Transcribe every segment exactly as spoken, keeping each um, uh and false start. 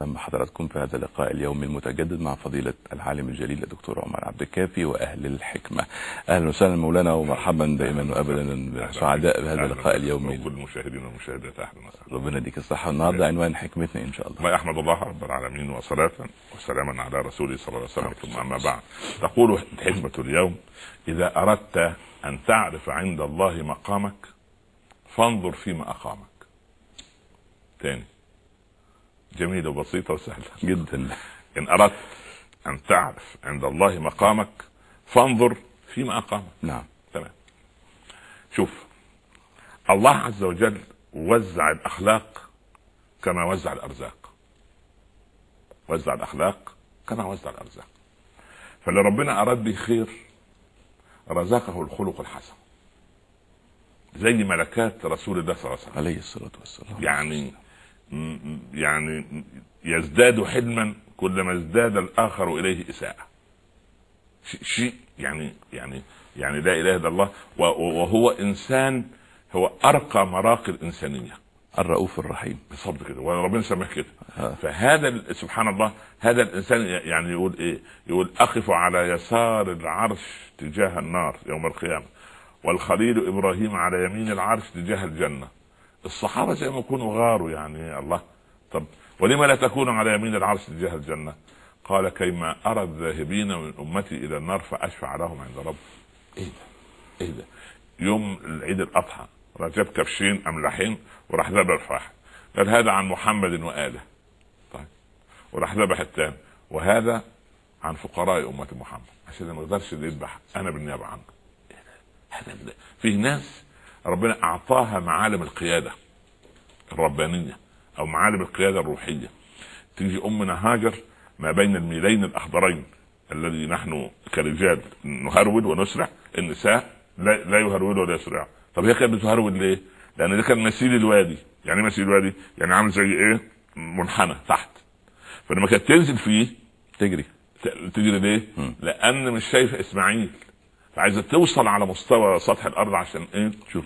أهلا بحضراتكم في هذا اللقاء اليومي المتجدد مع فضيلة العالم الجليل الدكتور عمر عبد الكافي وأهل الحكمة. أهلا وسهلا مولانا ومرحبا دائما وأبدا سعداء بهذا اللقاء اليومي. كل المشاهدين والمشاهدات أهلا وسهلا. ربنا يديك الصحة. النهارده عنوان حكمتنا إن شاء الله. ما أحمد الله رب العالمين وصلاة وسلاما على رسوله صلى الله عليه وسلم، ثم أما بعد. تقول حكمة اليوم: إذا أردت أن تعرف عند الله مقامك فانظر فيما أقامك. تاني، جميلة وبسيطة وسهلة جدا. إن أردت أن تعرف عند الله مقامك فانظر فيما أقامك. نعم، تمام. شوف، الله عز وجل وزع الأخلاق كما وزع الأرزاق. وزع الأخلاق كما وزع الأرزاق. فاللي ربنا أراد به خير رزقه الخلق الحسن، زي ملكات رسول الله صلى الله عليه وسلم عليه الصلاة والسلام. يعني يعني يزداد حلما كلما ازداد الآخر إليه إساءة. شيء يعني يعني يعني لا إله إلا الله، وهو إنسان، هو أرقى مراقي الإنسانية، الرؤوف الرحيم بالضبط كده، وربنا سماه كده. فهذا سبحان الله، هذا الإنسان يعني يقول إيه؟ يقول: أقف على يسار العرش تجاه النار يوم القيامة، والخليل إبراهيم على يمين العرش تجاه الجنة. الصحابة زي ما يكونوا غاروا، يعني الله، طب ولما لا تكون على يمين العرش تجاه الجنة؟ قال: كيما أرى الذاهبين من أمتي إلى النار فأشفع لهم عند رب. إيه ده؟ إيه ده؟ يوم العيد الأضحى رجب كبشين أملحين وراح ذبح واحد، قال: هذا عن محمد وآله. طيب، وراح ذبح الثاني، وهذا عن فقراء أمة محمد، عشان ما يقدرش يذبح أنا بالنيابة عنه. هذا فيه ناس ربنا أعطاها معالم القيادة الربانية أو معالم القيادة الروحية. تيجي أمنا هاجر ما بين الميلين الأخضرين الذي نحن كرجال نهرول ونسرع، النساء لا, لا يهرولوا ولا يسرعوا. طب هي كانت بتهرول ليه؟ لأن ده كان مسيل الوادي. يعني مسيل الوادي يعني عامل زي إيه؟ منحنى تحت، فلما كانت تنزل فيه تجري. تجري ليه؟ م. لأن مش شايف إسماعيل، فعايزة توصل على مستوى سطح الأرض عشان إيه؟ شوف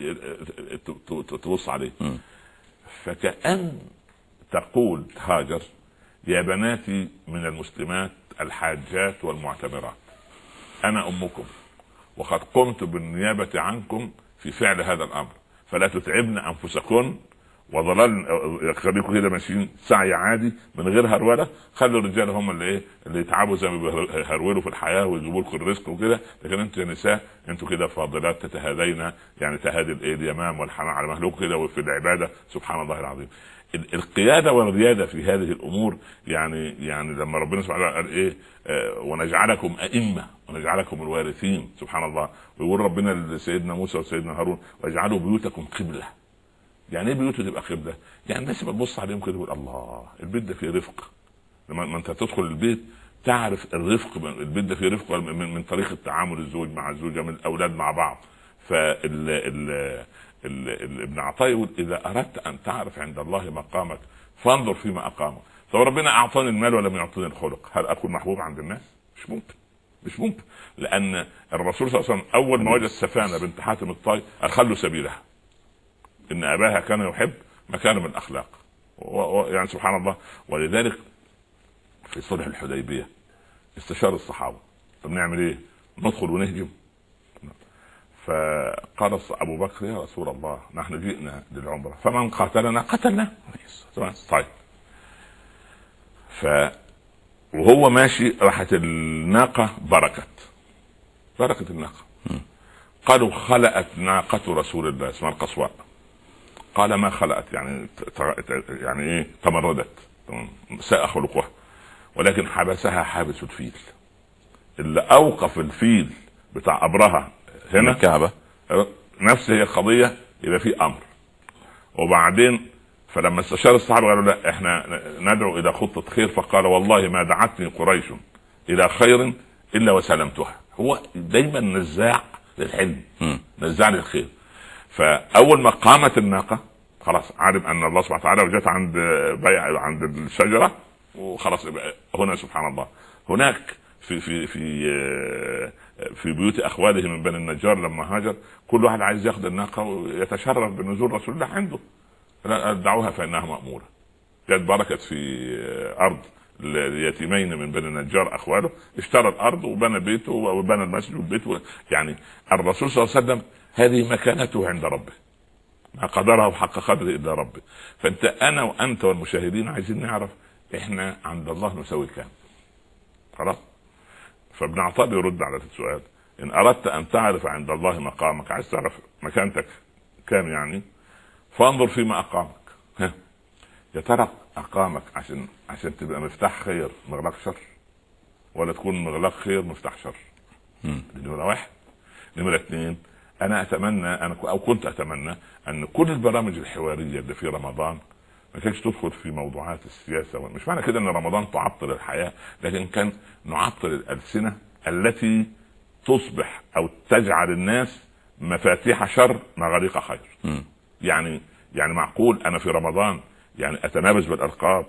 تبص عليه. م. فكأن تقول هاجر: يا بناتي من المسلمات الحاجات والمعتمرات، أنا أمكم وقد قمت بالنيابة عنكم في فعل هذا الأمر، فلا تتعبن أنفسكن وظلال يخليكم كده ماشيين سعي عادي من غير هرولة. خلوا الرجال هم اللي ايه اللي يتعبوا زي ما بيهرولوا في الحياة ويجيبوا لكم الرزق وكده، لكن انتوا يا نساء انتوا كده فاضلات تتهادين، يعني تهادي الايه اليمام والحمام على مهلوك كده وفي العبادة. سبحان الله العظيم. القيادة والريادة في هذه الأمور، يعني يعني لما ربنا سبحانه وتعالى قال إيه؟ آه ونجعلكم أئمة ونجعلكم الوارثين. سبحان الله. ويقول ربنا لسيدنا موسى وسيدنا هارون: واجعلوا بيوتكم قبلة. يعني ايه بيوته تبقى قبلة؟ يعني الناس بتبص عليهم كده تقول: الله، البيت ده فيه رفق. لما انت تدخل البيت تعرف الرفق، البيت ده فيه رفق من, من طريقة تعامل الزوج مع الزوجة، من الأولاد مع بعض. فال ال ابن عطاء يقول: إذا أردت أن تعرف عند الله مقامك فانظر فيما أقامك. طب ربنا أعطاني المال ولم يعطيني الخلق، هل أكون محبوب عند الناس؟ مش ممكن، مش ممكن. لأن الرسول صلى الله عليه وسلم أول ما وجد سفانة بنت حاتم الطائي أخلوا سبيلها، إن أباها كان يحب مكانه من الأخلاق. يعني سبحان الله. ولذلك في صلح الحديبية استشار الصحابة: طب نعمل إيه؟ ندخل ونهجم؟ فقال أبو بكر: يا رسول الله، نحن جئنا للعمرة، فمن قاتلنا قتلنا. طيب. ف وهو ماشي راحت الناقة بركت بركت الناقة. قالوا: خلأت ناقة رسول الله اسمها القصواء. قال: ما خلأت يعني يعني ايه؟ تمردت، ساء خلقها، ولكن حبسها حابس الفيل. اللي اوقف الفيل بتاع أبرهة هنا الكعبة، نفس هي القضية، يبقى في أمر. وبعدين فلما استشار الصحابة قالوا: لا، احنا ندعو إلى خطة خير. فقال: والله ما دعتني قريش إلى خير إلا وسلمتها. هو دايما نزاع للحلم، نزاع للخير. فأول ما قامت الناقة خلاص عارف أن الله سبحانه وتعالى، وجدت عند بيع عند الشجرة وخلاص. هنا سبحان الله، هناك في في في في بيوت أخواله من بني النجار لما هاجر، كل واحد عايز ياخد الناقة ويتشرف بنزول رسول الله عنده. لا، دعوها فإنها مأمورة. جت بركت في ارض اليتيمين من بني النجار اخواله، اشترى الارض وبنى بيته وبنى المسجد وبيته. يعني الرسول صلى الله عليه وسلم هذه مكانته عند ربه، ما قدره حق قدره الا ربه. فانت انا وانت والمشاهدين عايزين نعرف احنا عند الله نسوي كام. خلاص. فابن عطاء يرد على السؤال: ان اردت ان تعرف عند الله مقامك، عايز تعرف مكانتك كام يعني، فانظر فيما اقامك. ها، يا ترى اقامك عشان عشان تبقى مفتاح خير مغلاق شر، ولا تكون مغلاق خير مفتاح شر؟ نمرة واحد. نمرة اثنين، انا اتمنى انا او كنت اتمنى ان كل البرامج الحواريه اللي في رمضان ما كانش تدخل في موضوعات السياسه. مش معنى كده ان رمضان تعطل الحياه، لكن كان نعطل الالسنه التي تصبح او تجعل الناس مفاتيح شر مغاليق خير. م. يعني يعني معقول انا في رمضان يعني اتنابز بالالقاب،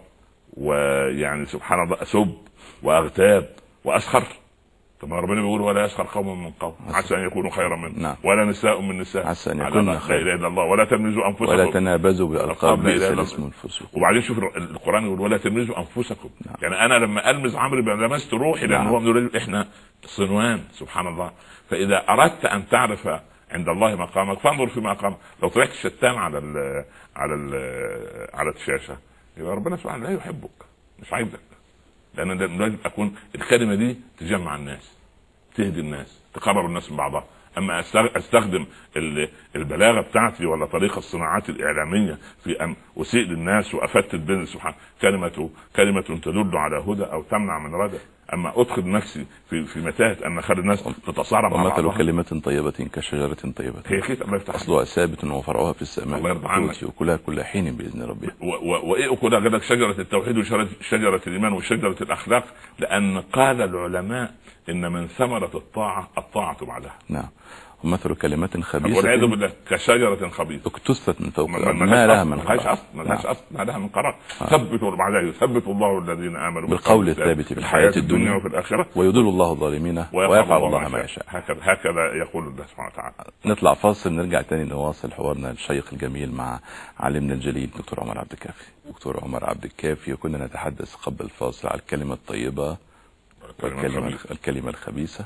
ويعني سبحان الله اسب واغتاب واسخر؟ طب ما ربنا بيقول: ولا يسخر قوم من قوم عسى ان يكونوا خيرا منهم. نعم. ولا نساء من نساء عسى ان يكونوا خيرا. لا اله الا الله. ولا تلمزوا انفسكم ولا تنابزوا بالالقاب بئس الاسم الفسوق. وبعدين شوف القران يقول: ولا تلمزوا انفسكم. نعم. يعني انا لما المز عمرو بن لمست روحي، لان نعم. هو من احنا صنوان. سبحان الله. فاذا اردت ان تعرف عند الله مقامك فانظر في مقامك. لو طلعت شتان على ال على ال على الشاشه يبقى ربنا سبحانه لا يحبك، مش عايزك. لان لازم اكون الكلمه دي تجمع الناس، تهدي الناس، تقرب الناس من بعضها. اما استخدم البلاغه بتاعتي ولا طريقه الصناعات الاعلاميه في ان اسيء للناس وافتت بين سبحان كلمه كلمه تدل على هدى او تمنع من ردى. اما ادخل نفسي في في متاهه ان اخلي الناس تتصارع مع بعضها. ومثل كلمه طيبه كشجره طيبه هي كده، الله يفتح اصلها ثابت وفرعها في السماء، الله يرضى عنك. وكلها كل حين باذن ربها. وايه اكلها قال لك شجره التوحيد وشجره الايمان وشجره الاخلاق، لان قال العلماء ان من ثمره الطاعه الطاعه بعدها. نعم. ومثل كلمات خبيثه والعياذ بالله كشجره خبيثه اكتثت من فوق ما, ما لها من قرار. ما لهاش اصل، ما لها من قرار. ثبتوا بعدها يثبت الله الذين امنوا بالقول الثابت في الحياه الدنيا وفي الاخره، ويضل الله الظالمين ويفعل الله ما يشاء. هكذا هكذا يقول الله سبحانه وتعالى. نطلع فاصل، نرجع تاني نواصل حوارنا الشيق الجميل مع عالمنا الجليل دكتور عمر عبد الكافي. دكتور عمر عبد الكافي، وكنا نتحدث قبل الفاصل على الكلمه الطيبه والكلمه الكلمه الخبيثه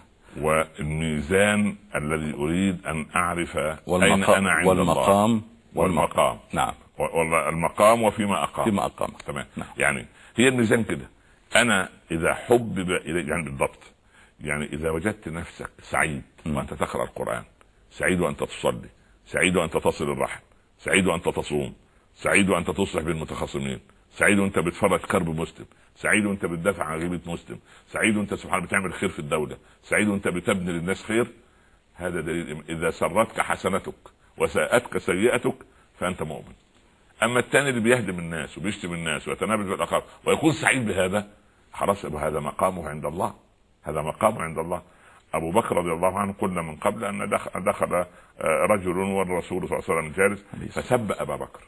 والميزان الذي اريد ان اعرف اين انا عند والمقام الله. والمقام نعم. والمقام وفيما اقام فيما اقام تمام. نعم. يعني هي الميزان كده. انا اذا حبب الي يعني بالضبط، يعني اذا وجدت نفسك سعيد م. وانت تقرا القران، سعيد وانت تصلي، سعيد وانت تصل الرحم، سعيد وانت تصوم، سعيد وانت تصلح بالمتخاصمين، سعيد وانت بتفرج كرب مسلم، سعيد وانت بتدافع عن غيبة مسلم، سعيد وانت سبحانه بتعمل خير في الدولة، سعيد وانت بتبني للناس خير. هذا دليل اذا سرتك حسنتك وساءتك سيئتك فانت مؤمن. اما الثاني اللي بيهدم الناس وبيشتم الناس ويتنابز بالاخر ويكون سعيد بهذا، خلاص هذا مقامه عند الله، هذا مقامه عند الله. ابو بكر رضي الله عنه قلنا من قبل ان دخل رجل والرسول صلى الله عليه وسلم جالس فسب ابا بكر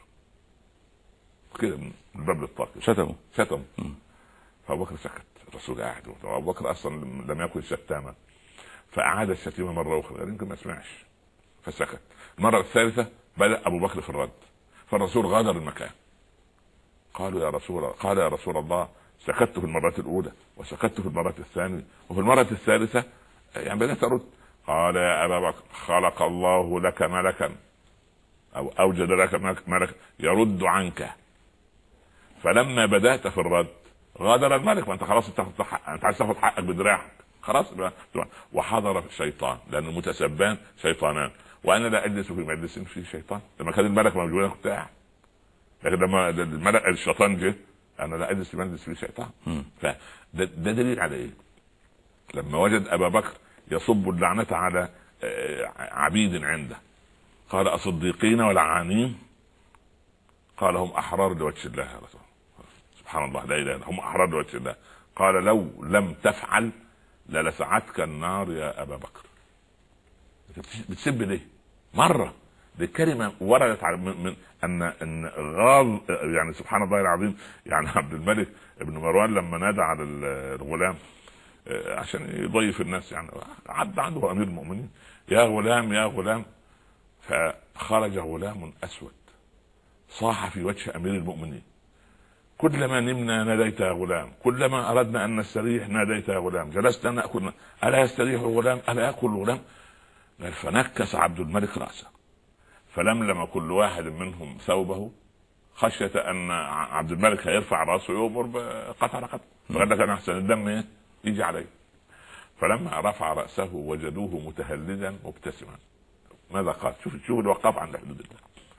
كده من الباب للطاقه، شتمه شتمه فابو بكر سكت. الرسول قاعد وابو بكر اصلا لم يكن شتاما، فاعاد الشتيمه مره اخرى يمكن ما سمعش فسكت. المره الثالثه بدا ابو بكر في الرد، فالرسول غادر المكان. قالوا يا رسول قال يا رسول الله سكت في المرات الاولى وسكت في المرات الثانيه وفي المره الثالثه يعني بدات ارد. قال يا ابا بكر خلق الله لك ملكا او اوجد لك ملكا يرد عنك، فلما بدات في الرد غادر الملك. ما انت خلاص انت عايز تاخد حقك بدراعك خلاص. وحضر الشيطان لان المتسبان شيطانان، وانا لا اجلس في مجلس فيه شيطان. لما كان الملك موجود انا كنت قاعد، لكن لما الملك الشيطان جه انا لا اجلس في مجلس فيه شيطان. فده ده دليل على ايه؟ لما وجد ابا بكر يصب اللعنه على عبيد عنده قال اصديقين ولعانين؟ قال هم احرار لوجه الله يا رسول. سبحان الله، لا اله الا هم احرار لوجه الله. قال لو لم تفعل للسعتك النار يا ابا بكر. بتسب ليه؟ مره دي كلمه وردت من, من ان ان غاض يعني سبحان الله العظيم. يعني عبد الملك ابن مروان لما نادى على الغلام عشان يضيف الناس، يعني عد عنده امير المؤمنين يا غلام يا غلام، فخرج غلام اسود صاح في وجه امير المؤمنين كلما نمنا ناديت يا غلام، كلما اردنا ان نستريح ناديت يا غلام، جلسنا ناكل الا يستريح الغلام الا ياكل الغلام. فنكس عبد الملك راسه فلملم كل واحد منهم ثوبه خشيه ان عبد الملك هيرفع راسه يؤمر بقطع رقبته، فقال لك انا احسن الدم يجي عليه. فلما رفع راسه وجدوه متهللا مبتسما. ماذا قال؟ شوف شوف الوقاف عند حدود الله.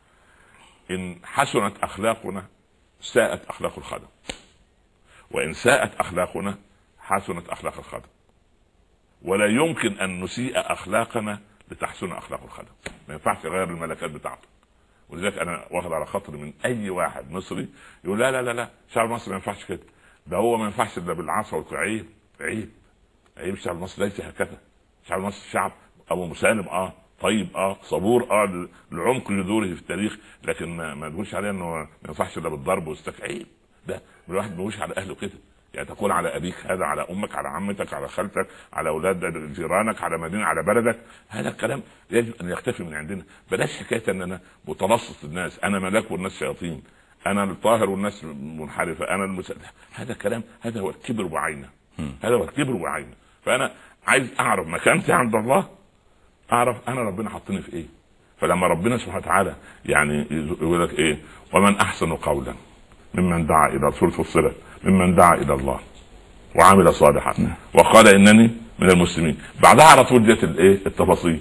ان حسنت اخلاقنا ساءت اخلاق الخدم، وان ساءت اخلاقنا حسنت اخلاق الخدم، ولا يمكن ان نسيء اخلاقنا لتحسن اخلاق الخدم. ما ينفعش غير الملكات بتاعته. ولذلك انا واخد على خاطري من اي واحد مصري يقول لا لا لا لا شعب مصر ما ينفعش كده، ده هو ما ينفعش الا بالعصا والعيب. عيب عيب شعب مصر ليس هكذا. شعب مصر شعب ابو مسالم اه طيب اه صبور اه لعمق جذوره في التاريخ، لكن ما, ما تقولش عليه انه ما ينفعش الا بالضرب والتكعيب. ده الواحد ما يقولش على اهله كده، يعني تقول على ابيك هذا، على امك، على عمتك، على خالتك، على اولاد جيرانك، على مدينه، على بلدك. هذا الكلام يجب ان يختفي من عندنا. بلاش حكايه ان انا متلصص الناس، انا ملاك والناس شياطين، انا الطاهر والناس منحرفه، انا المسلح. هذا الكلام هذا هو الكبر وعينه، هذا هو الكبر وعينه. فانا عايز اعرف مكانتي عند الله، اعرف انا ربنا حطني في ايه. فلما ربنا سبحانه وتعالى يعني يقول لك ايه، ومن احسن قولا ممن دعا الى سورة فصلت، ممن دعا الى الله وعمل صالحا وقال انني من المسلمين. بعدها على طول جت الايه التفاصيل،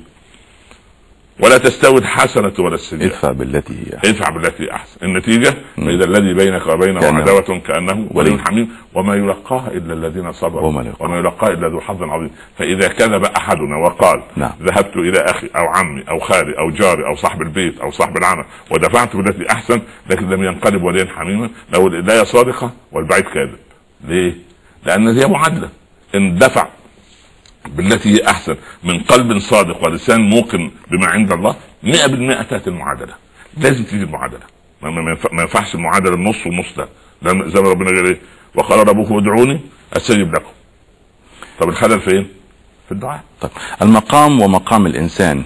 ولا تستوي الحسنه ولا السيئه ادفع بالتي هي احسن ادفع بالتي احسن. النتيجه فاذا الذي بينك وبينه عداوه كانه ولي حميم وما يلقاها الا الذين صبروا وما يلقاها الا ذو حظ عظيم. فاذا كذب احدنا وقال نعم. ذهبت الى اخي او عمي او خالي او جاري او صاحب البيت او صاحب العمل ودفعت بالتي احسن لكن لم ينقلب وليا حميما، لو الآية صادقه والبعيد كاذب. ليه؟ لان هي معادله. ان دفع بالتي هي احسن من قلب صادق ولسان موقن بما عند الله مئة بالمئة تاتي المعادله. لازم تيجي المعادله، ما ينفعش المعادله النص والنص. ده زي ما ربنا قال ايه، وقال ربكم ادعوني استجب لكم. طب الخلل فين؟ في الدعاء. طيب المقام ومقام الانسان،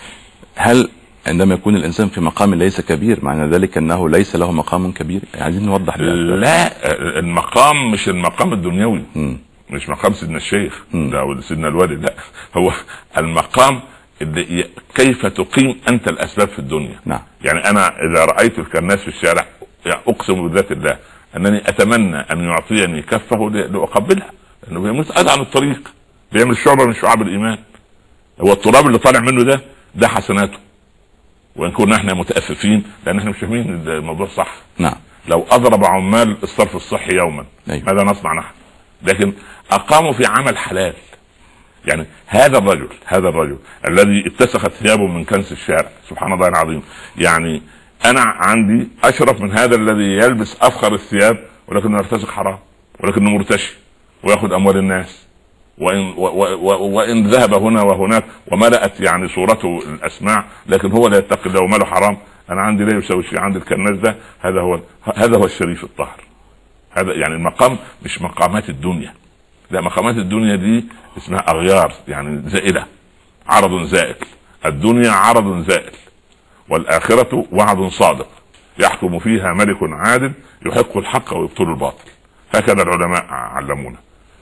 هل عندما يكون الانسان في مقام ليس كبير معنى ذلك انه ليس له مقام كبير؟ عايزين نوضح ده. لا، المقام مش المقام الدنيوي، م. مش مقام سيدنا الشيخ ده سيدنا الوالد، لا، هو المقام اللي كيف تقيم انت الاسباب في الدنيا. نعم. يعني انا اذا رايت الناس في الشارع اقسم بذات الله انني اتمنى ان يعطيني كفه لاقبلها، لانه بيموت عن الطريق، بيعمل شعبه من شعاب الايمان. هو التراب اللي طالع منه ده ده حسناته، وان كنا احنا متأففين لان احنا مش فاهمين الموضوع صح. نعم. لو اضرب عمال الصرف الصحي يوما أيوة. ماذا نصنع نحن؟ لكن اقاموا في عمل حلال. يعني هذا الرجل هذا الرجل الذي اتسخت ثيابه من كنس الشارع، سبحان الله العظيم، يعني انا عندي اشرف من هذا الذي يلبس افخر الثياب ولكنه يرتزق حرام، ولكنه مرتشي وياخذ اموال الناس، وإن, و و و وإن ذهب هنا وهناك وملأت يعني صورته الأسماع، لكن هو لا يتقي الله وماله حرام. أنا عندي لا يسوي شيء عند الكناز ده. هذا هو هذا هو الشريف الطاهر. هذا يعني المقام مش مقامات الدنيا، لا، مقامات الدنيا دي اسمها أغيار، يعني زائلة، عرض زائل. الدنيا عرض زائل، والآخرة وعد صادق يحكم فيها ملك عادل يحق الحق ويبطل الباطل. هكذا العلماء علمونا.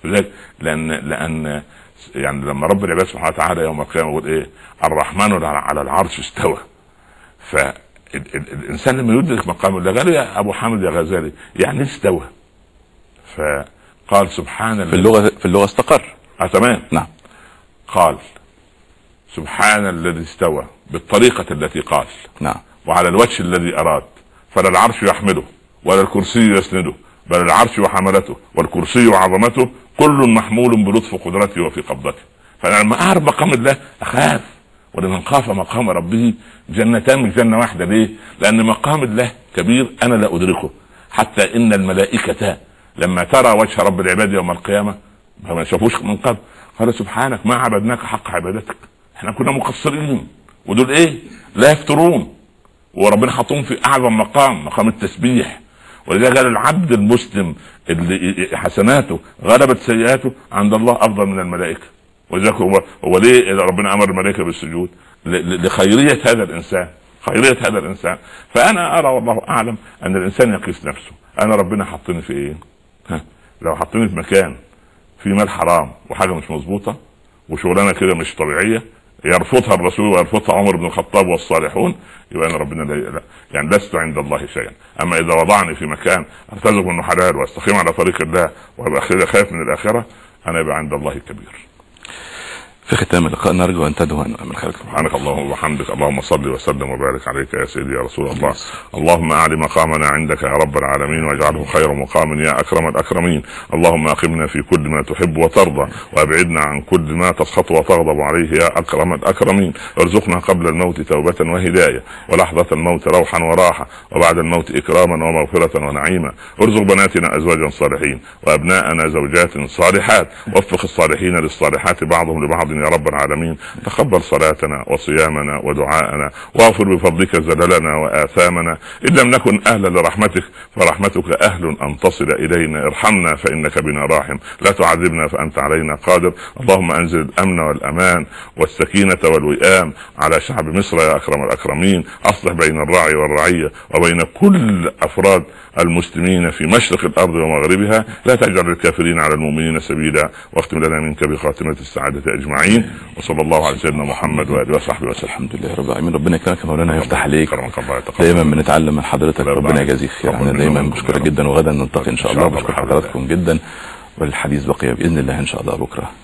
لأن لأن يعني لما رب العباد سبحانه وتعالى يوم القيامة يقول إيه، الرحمن على العرش استوى. فالإنسان لما يدرك مقام الله قال يا أبو حامد يا غزالي يعني استوى، فقال سبحان في اللغة في اللغة استقر. آه تمام. نعم. قال سبحان الذي استوى بالطريقة التي قال. نعم. وعلى الوجه الذي أراد، فلا العرش يحمله ولا الكرسي يسنده، بل العرش وحملته والكرسي وعظمته كل محمول بلطف قدرته وفي قبضته. فانا لما اعرف مقام الله اخاف. ولمن خاف مقام ربه جنتان مش جنه واحده. ليه؟ لان مقام الله كبير انا لا ادركه. حتى ان الملائكه لما ترى وجه رب العباد يوم القيامه ما شافوش من قبل، قال سبحانك ما عبدناك حق عبادتك، احنا كنا مقصرين. ودول ايه؟ لا يفترون، وربنا حطهم في اعظم مقام، مقام التسبيح. ولذلك قال العبد المسلم اللي حسناته غلبت سيئاته عند الله افضل من الملائكه. ولذلك هو هو ليه ربنا امر الملائكه بالسجود؟ لخيريه هذا الانسان، خيريه هذا الانسان. فانا ارى والله اعلم ان الانسان يقيس نفسه. انا ربنا حطني في ايه؟ ها لو حطني في مكان في مال حرام وحاجه مش مظبوطه وشغلانه كده مش طبيعيه يرفضها الرسول ويرفضها عمر بن الخطاب والصالحون، يبقى انا ربنا لا يعني لست عند الله شيئا. اما اذا وضعني في مكان ارتزق منه حلال واستقيم على طريق الله وابقى خايف من الاخره، انا يبقى عند الله كبير. في ختام اللقاء نرجو ان تدعو من خلالك. سبحانك اللهم وبحمدك، اللهم صل وسلم وبارك عليك يا سيدي يا رسول الله. اللهم اعل مقامنا عندك يا رب العالمين واجعله خير مقام يا اكرم الاكرمين. اللهم اقمنا في كل ما تحب وترضى وابعدنا عن كل ما تسخط وتغضب عليه يا اكرم الاكرمين. ارزقنا قبل الموت توبة وهداية، ولحظة الموت روحا وراحة، وبعد الموت اكراما ومغفرة ونعيما. ارزق بناتنا ازواجا صالحين وابناءنا زوجات صالحات، وفق الصالحين للصالحات بعضهم لبعض يا رب العالمين. تقبل صلاتنا وصيامنا ودعاءنا، واغفر بفضلك زللنا وآثامنا. إن لم نكن أهلا لرحمتك فرحمتك أهل أن تصل إلينا. ارحمنا فإنك بنا راحم، لا تعذبنا فأنت علينا قادر. اللهم أنزل الأمن والأمان والسكينة والوئام على شعب مصر يا أكرم الأكرمين. أصلح بين الراعي والرعية وبين كل أفراد المسلمين في مشرق الأرض ومغربها. لا تجعل الكافرين على المؤمنين سبيلا، واختم لنا منك بخاتمة السعادة أجمعين. وصلى الله على سيدنا محمد وآله وصحبه وسلم. الحمد لله رب العالمين. ربنا يكرمك مولانا، يفتح عليك. دايما بنتعلم من حضرتك، ربنا يجازيك خير. انا دايما بشكرك جدا، وغدا نلتقي ان شاء الله. بشكر حضراتكم جدا، والحديث بقي باذن الله ان شاء الله بكره.